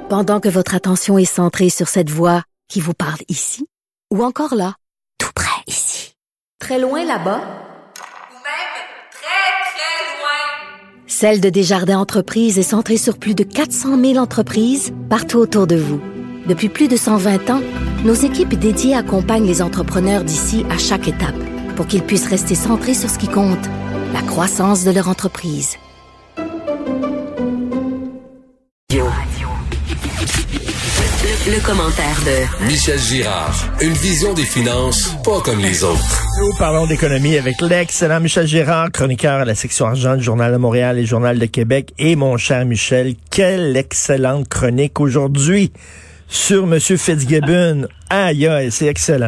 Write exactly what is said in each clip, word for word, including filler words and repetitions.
Pendant que votre attention est centrée sur cette voix qui vous parle ici, ou encore là, tout près ici, très loin là-bas, ou même très, très loin, Celle de Desjardins Entreprises est centrée sur plus de quatre cent mille entreprises partout autour de vous. Depuis plus de cent vingt ans, nos équipes dédiées accompagnent les entrepreneurs d'ici à chaque étape pour qu'ils puissent rester centrés sur ce qui compte, la croissance de leur entreprise. Le, le commentaire de Michel Girard. Une vision des finances pas comme les autres. Nous parlons d'économie avec l'excellent Michel Girard, chroniqueur à la section argent du Journal de Montréal et Journal de Québec. Et mon cher Michel, quelle excellente chronique aujourd'hui sur M. Fitzgibbon. Aïe, aïe, c'est excellent.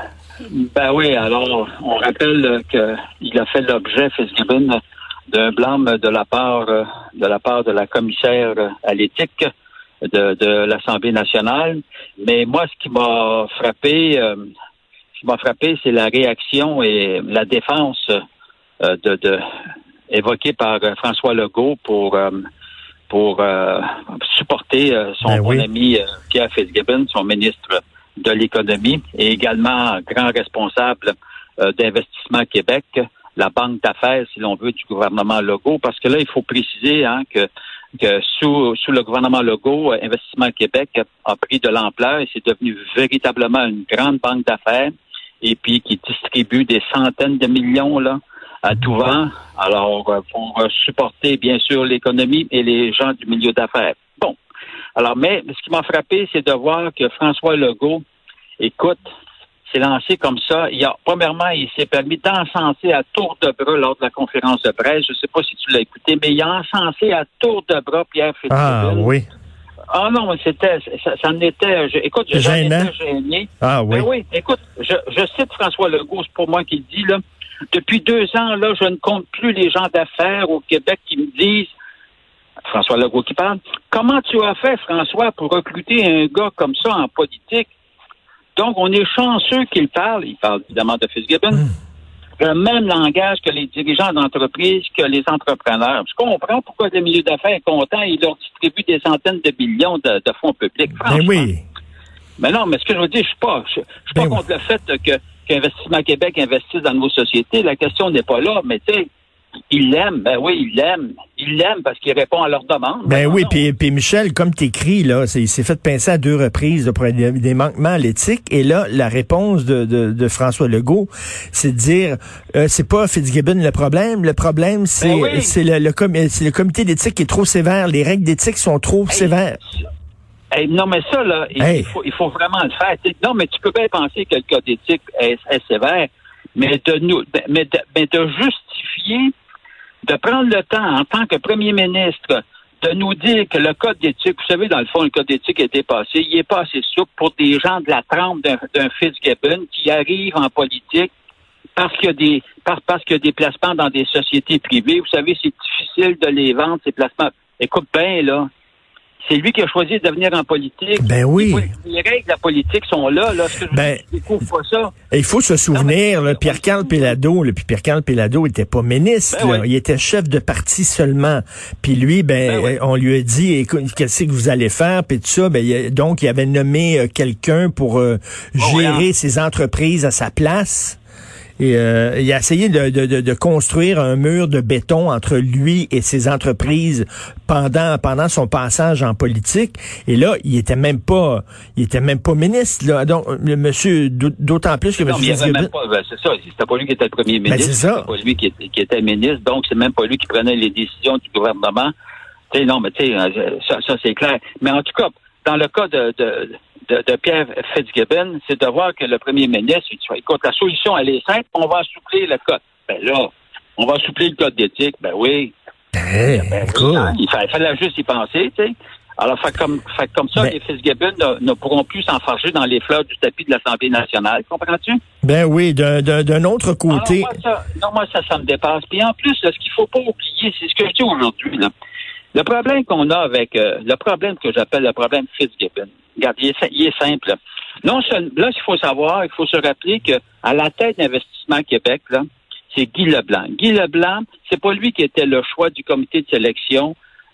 Ben oui, alors, on rappelle qu'il a fait l'objet, Fitzgibbon, d'un blâme de la part de la part de la commissaire à l'éthique de, de l'Assemblée nationale. Mais moi, ce qui m'a frappé, euh, ce qui m'a frappé, c'est la réaction et la défense euh, de, de évoquée par François Legault pour euh, pour euh, supporter euh, son ben bon oui. ami euh, Pierre Fitzgibbon, son ministre de l'économie, et également grand responsable euh, d'Investissement Québec, la banque d'affaires, si l'on veut, du gouvernement Legault, parce que là, il faut préciser hein, que, que sous, sous le gouvernement Legault, Investissement Québec a pris de l'ampleur et c'est devenu véritablement une grande banque d'affaires et puis qui distribue des centaines de millions là à tout vent, alors pour supporter, bien sûr, l'économie et les gens du milieu d'affaires. Bon, alors, mais ce qui m'a frappé, c'est de voir que François Legault, écoute, s'est lancé comme ça. Il a, premièrement, il s'est permis d'encenser à tour de bras lors de la conférence de presse. Je ne sais pas si tu l'as écouté, mais il a encensé à tour de bras Pierre Fitzgibbon. Ah oui. Ah non, mais c'était, ça, ça en était, je, écoute, j'en étais gêné. Ah oui. Ben oui, écoute, je, je cite François Legault, c'est pour moi qu'il dit, là, depuis deux ans, là, je ne compte plus les gens d'affaires au Québec qui me disent, François Legault qui parle, comment tu as fait, François, pour recruter un gars comme ça en politique? Donc, on est chanceux qu'il parle, il parle évidemment de Fitzgibbon, mmh. le même langage que les dirigeants d'entreprise, que les entrepreneurs. Je comprends pourquoi le milieu d'affaires est content, il leur distribue des centaines de millions de, de fonds publics, franchement. Ben oui. Mais non, mais ce que je veux dire, je suis pas, je, je suis pas ben contre oui. le fait que qu'Investissement Québec investisse dans nos sociétés. La question n'est pas là, mais tu sais, il l'aime, ben oui, il l'aime. Il l'aime parce qu'il répond à leurs demandes. Ben, ben oui, puis, puis Michel, comme t'écris, là, c'est, il s'est fait pincer à deux reprises là, pour des, des manquements à l'éthique. Et là, la réponse de, de, de François Legault, c'est de dire, euh, c'est pas Fitzgibbon le problème. Le problème, c'est, ben oui. c'est, le, le com- c'est le comité d'éthique qui est trop sévère. Les règles d'éthique sont trop hey, sévères. Hey, non, mais ça, là, hey. il, faut, il faut vraiment le faire. T'sais, non, mais tu peux bien penser que le code d'éthique est, est sévère, mais de nous, mais de, mais de justifier, de prendre le temps, en tant que premier ministre, de nous dire que le code d'éthique, vous savez, dans le fond, le code d'éthique est dépassé, il n'est pas assez souple pour des gens de la trempe d'un, d'un Fitzgibbon qui arrivent en politique parce qu'il y a des, parce, parce qu'il y a des placements dans des sociétés privées. Vous savez, c'est difficile de les vendre, ces placements. Écoute bien, là. C'est lui qui a choisi de devenir en politique. Ben oui. Les, les règles de la politique sont là. là. Est-ce que je ben, ne découvre pas ça? Il faut se souvenir, non, mais, là, Pierre-Carl Péladeau, là, puis Pierre-Carl Péladeau était pas ministre. Ben là, oui. Il était chef de parti seulement. Puis lui, ben, ben oui. on lui a dit, écoute, qu'est-ce que vous allez faire? Puis tout ça. Ben, il, donc, il avait nommé euh, quelqu'un pour euh, gérer oh, ouais. ses entreprises à sa place. Et euh, il a essayé de, de, de, de construire un mur de béton entre lui et ses entreprises pendant pendant son passage en politique. Et là, il était même pas il était même pas ministre. Là. Donc, le monsieur, d'autant plus que non, monsieur Fitzgibbon... même pas, ben, c'est ça, c'était pas lui qui était le premier ministre. Ben, c'est ça. C'était pas lui qui était, qui était ministre. Donc, c'est même pas lui qui prenait les décisions du gouvernement. Tu sais, non, mais tu sais, ça, ça c'est clair. Mais en tout cas, dans le cas de... de De, de Pierre Fitzgibbon, c'est de voir que le premier ministre, il dit, écoute, la solution, elle est simple, on va assouplir le code. Ben là, on va assouplir le code d'éthique, ben oui. Hey, ben, cool. oui il, fallait, il fallait juste y penser, tu sais. Alors, fait comme, fait comme ça, ben, les Fitzgibbon ne, ne pourront plus s'enfarger dans les fleurs du tapis de l'Assemblée nationale, comprends-tu? Ben oui, d'un, d'un, d'un autre côté... Alors, moi, ça, non, moi, ça, ça me dépasse. Puis en plus, là, ce qu'il faut pas oublier, c'est ce que je dis aujourd'hui, là. Le problème qu'on a avec, euh, le problème que j'appelle le problème Fitzgibbon, regarde, il est, il est simple. Là. Non seulement, là, il faut savoir, il faut se rappeler que à la tête d'Investissement Québec, là, c'est Guy Leblanc. Guy Leblanc, c'est pas lui qui était le choix du comité de sélection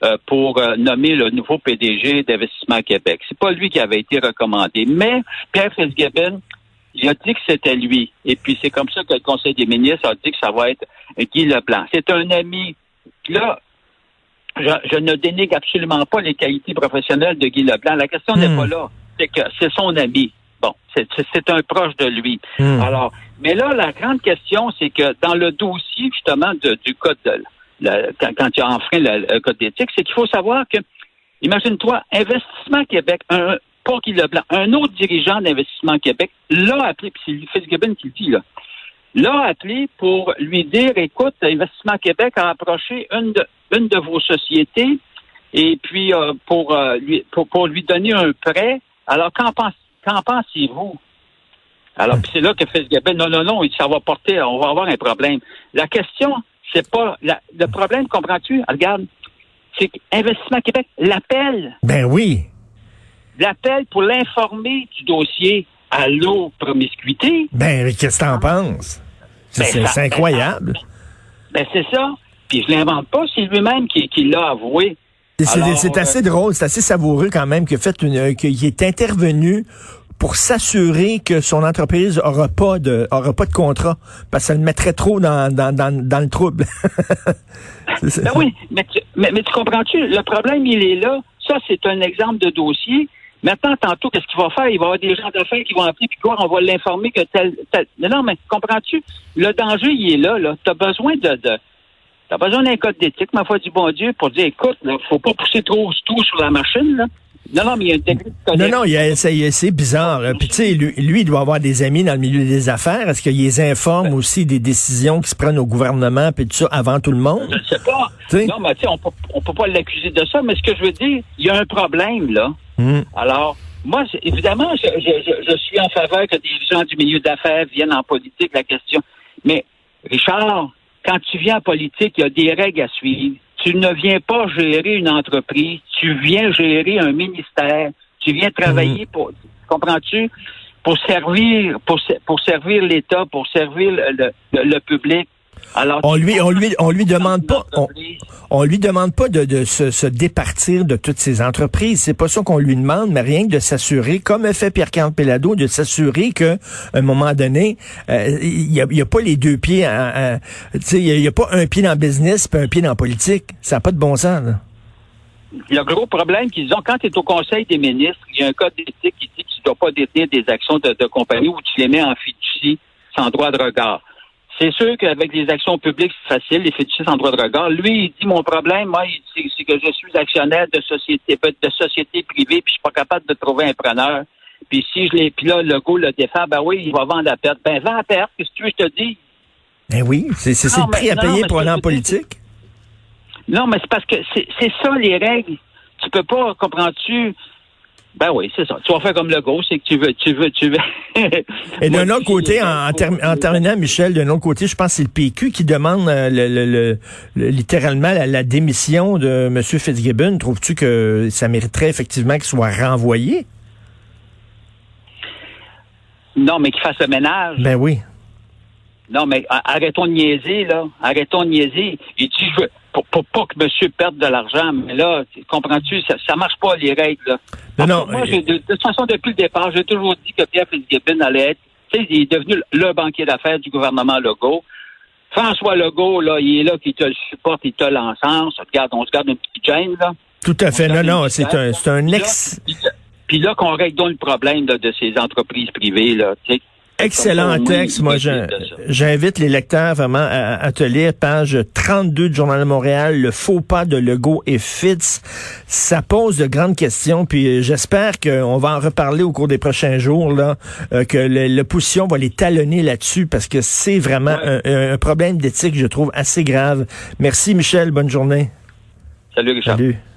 euh, pour euh, nommer le nouveau P D G d'Investissement Québec. C'est pas lui qui avait été recommandé. Mais Pierre Fitzgibbon, il a dit que c'était lui. Et puis, c'est comme ça que le Conseil des ministres a dit que ça va être Guy Leblanc. C'est un ami. Là, je, je ne dénigre absolument pas les qualités professionnelles de Guy Leblanc. La question mmh. n'est pas là. C'est que c'est son ami. Bon, c'est, c'est, c'est un proche de lui. Mmh. Alors, mais là, la grande question, c'est que dans le dossier, justement, de, du code de, le, quand, quand il a enfreint le, le code d'éthique, c'est qu'il faut savoir que, imagine-toi, Investissement Québec, un, pas Guy Leblanc, un autre dirigeant d'Investissement Québec l'a appelé, puis c'est Fitzgibbon qui le dit, là, l'a appelé pour lui dire, écoute, Investissement Québec a approché une de, une de vos sociétés, et puis euh, pour, euh, lui, pour, pour lui donner un prêt. Alors, qu'en, pense, qu'en pensez-vous? Alors, puis c'est là que Fitzgibbon, non, non, non, ça va porter, on va avoir un problème. La question, c'est pas, la, le problème, comprends-tu? Regarde, c'est qu'Investissement Québec l'appelle. Ben oui. L'appelle pour l'informer du dossier à l'eau promiscuité. Ben, qu'est-ce que t'en penses? C'est, ben, c'est, ça, c'est incroyable. Ben, c'est ça. Puis je l'invente pas, c'est lui-même qui, qui l'a avoué. C'est, Alors, c'est assez euh, drôle, c'est assez savoureux quand même qu'il a fait une, qu'il est intervenu pour s'assurer que son entreprise aura pas de aura pas de contrat, parce que ça le mettrait trop dans dans dans, dans le trouble. Ben oui, mais tu, mais, mais tu comprends-tu? Le problème, il est là. Ça, c'est un exemple de dossier. Maintenant, tantôt, qu'est-ce qu'il va faire? Il va y avoir des gens d'affaires qui vont appeler, puis quoi, on va l'informer que tel, tel... Non, non, mais comprends-tu? Le danger, il est là, là. T'as besoin de... de... T'as besoin d'un code d'éthique, ma foi du bon Dieu, pour dire, écoute, il faut pas pousser trop tout sur la machine, là. Non, non, mais il y a un degré de connaissance. Non, non, il y a, c'est, c'est bizarre. Puis, tu sais, lui, lui, il doit avoir des amis dans le milieu des affaires. Est-ce qu'il les informe ben, aussi des décisions qui se prennent au gouvernement, puis tout ça, avant tout le monde? Je ne sais pas. T'sais? Non, mais tu sais, on peut, on peut pas l'accuser de ça, mais ce que je veux dire, il y a un problème, là. Mm. Alors, moi, évidemment, je, je, je, je suis en faveur que des gens du milieu d'affaires viennent en politique, la question. Mais, Richard, quand tu viens en politique, il y a des règles à suivre. Tu ne viens pas gérer une entreprise, tu viens gérer un ministère, tu viens travailler pour, comprends-tu, pour servir, pour, pour servir l'État, pour servir le, le, le public. Alors, on lui, on lui, on lui demande pas, on, on lui demande pas de, de se, se départir de toutes ces entreprises. C'est pas ça qu'on lui demande, mais rien que de s'assurer, comme a fait Pierre-Carl Péladeau, de s'assurer que, à un moment donné, euh, il y a, il y a pas les deux pieds, tu sais, il y a pas un pied dans le business puis un pied dans la politique. Ça n'a pas de bon sens, là. Le gros problème qu'ils ont, quand tu es au Conseil des ministres, il y a un code d'éthique qui dit que tu ne dois pas détenir des actions de, de compagnie où tu les mets en fiducie sans droit de regard. C'est sûr qu'avec les actions publiques, c'est facile, les fiducies sans droit de regard. Lui, il dit, mon problème, moi, il dit, c'est que je suis actionnaire de société, de société privée, puis je suis pas capable de trouver un preneur. Puis si je l'ai, puis là, le go le défend, ben oui, il va vendre à perte. Ben, vends à perte, qu'est-ce que tu veux, je te dis? Ben oui, c'est, c'est, non, c'est le prix mais, à payer non, pour aller en politique. Non, mais c'est parce que c'est, c'est ça, les règles. Tu peux pas, comprends-tu? Ben oui, c'est ça. Tu vas faire comme le go, c'est que tu veux, tu veux, tu veux. Et d'un autre côté, en, en, term- en terminant, Michel, d'un autre côté, je pense que c'est le P Q qui demande euh, le, le, le, le, littéralement la, la démission de M. Fitzgibbon. Trouves-tu que ça mériterait effectivement qu'il soit renvoyé? Non, mais qu'il fasse le ménage. Ben oui. Non, mais arrêtons de niaiser, là. Arrêtons de niaiser. Et tu veux, pour, pour pas que monsieur perde de l'argent, mais là, comprends-tu, ça, ça marche pas, les règles, là. Non, non. Moi, j'ai, de, de toute façon, depuis le départ, j'ai toujours dit que Pierre Fitzgibbon allait être, tu sais, il est devenu le banquier d'affaires du gouvernement Legault. François Legault, là, il est là, qui te le supporte, il te l'encense. Regarde, on se garde une petite gêne, là. Tout à fait. Non, non, c'est un, c'est un ex. Puis là, puis là, qu'on règle donc le problème, là, de ces entreprises privées, là, tu sais. Excellent texte. Moi, j'invite les lecteurs vraiment à, à te lire page trente-deux du Journal de Montréal, le faux pas de Legault et Fitz. Ça pose de grandes questions, puis j'espère qu'on va en reparler au cours des prochains jours, là, euh, que le, l'opposition va les talonner là-dessus, parce que c'est vraiment ouais. un, un problème d'éthique, je trouve, assez grave. Merci, Michel. Bonne journée. Salut, Richard. Salut.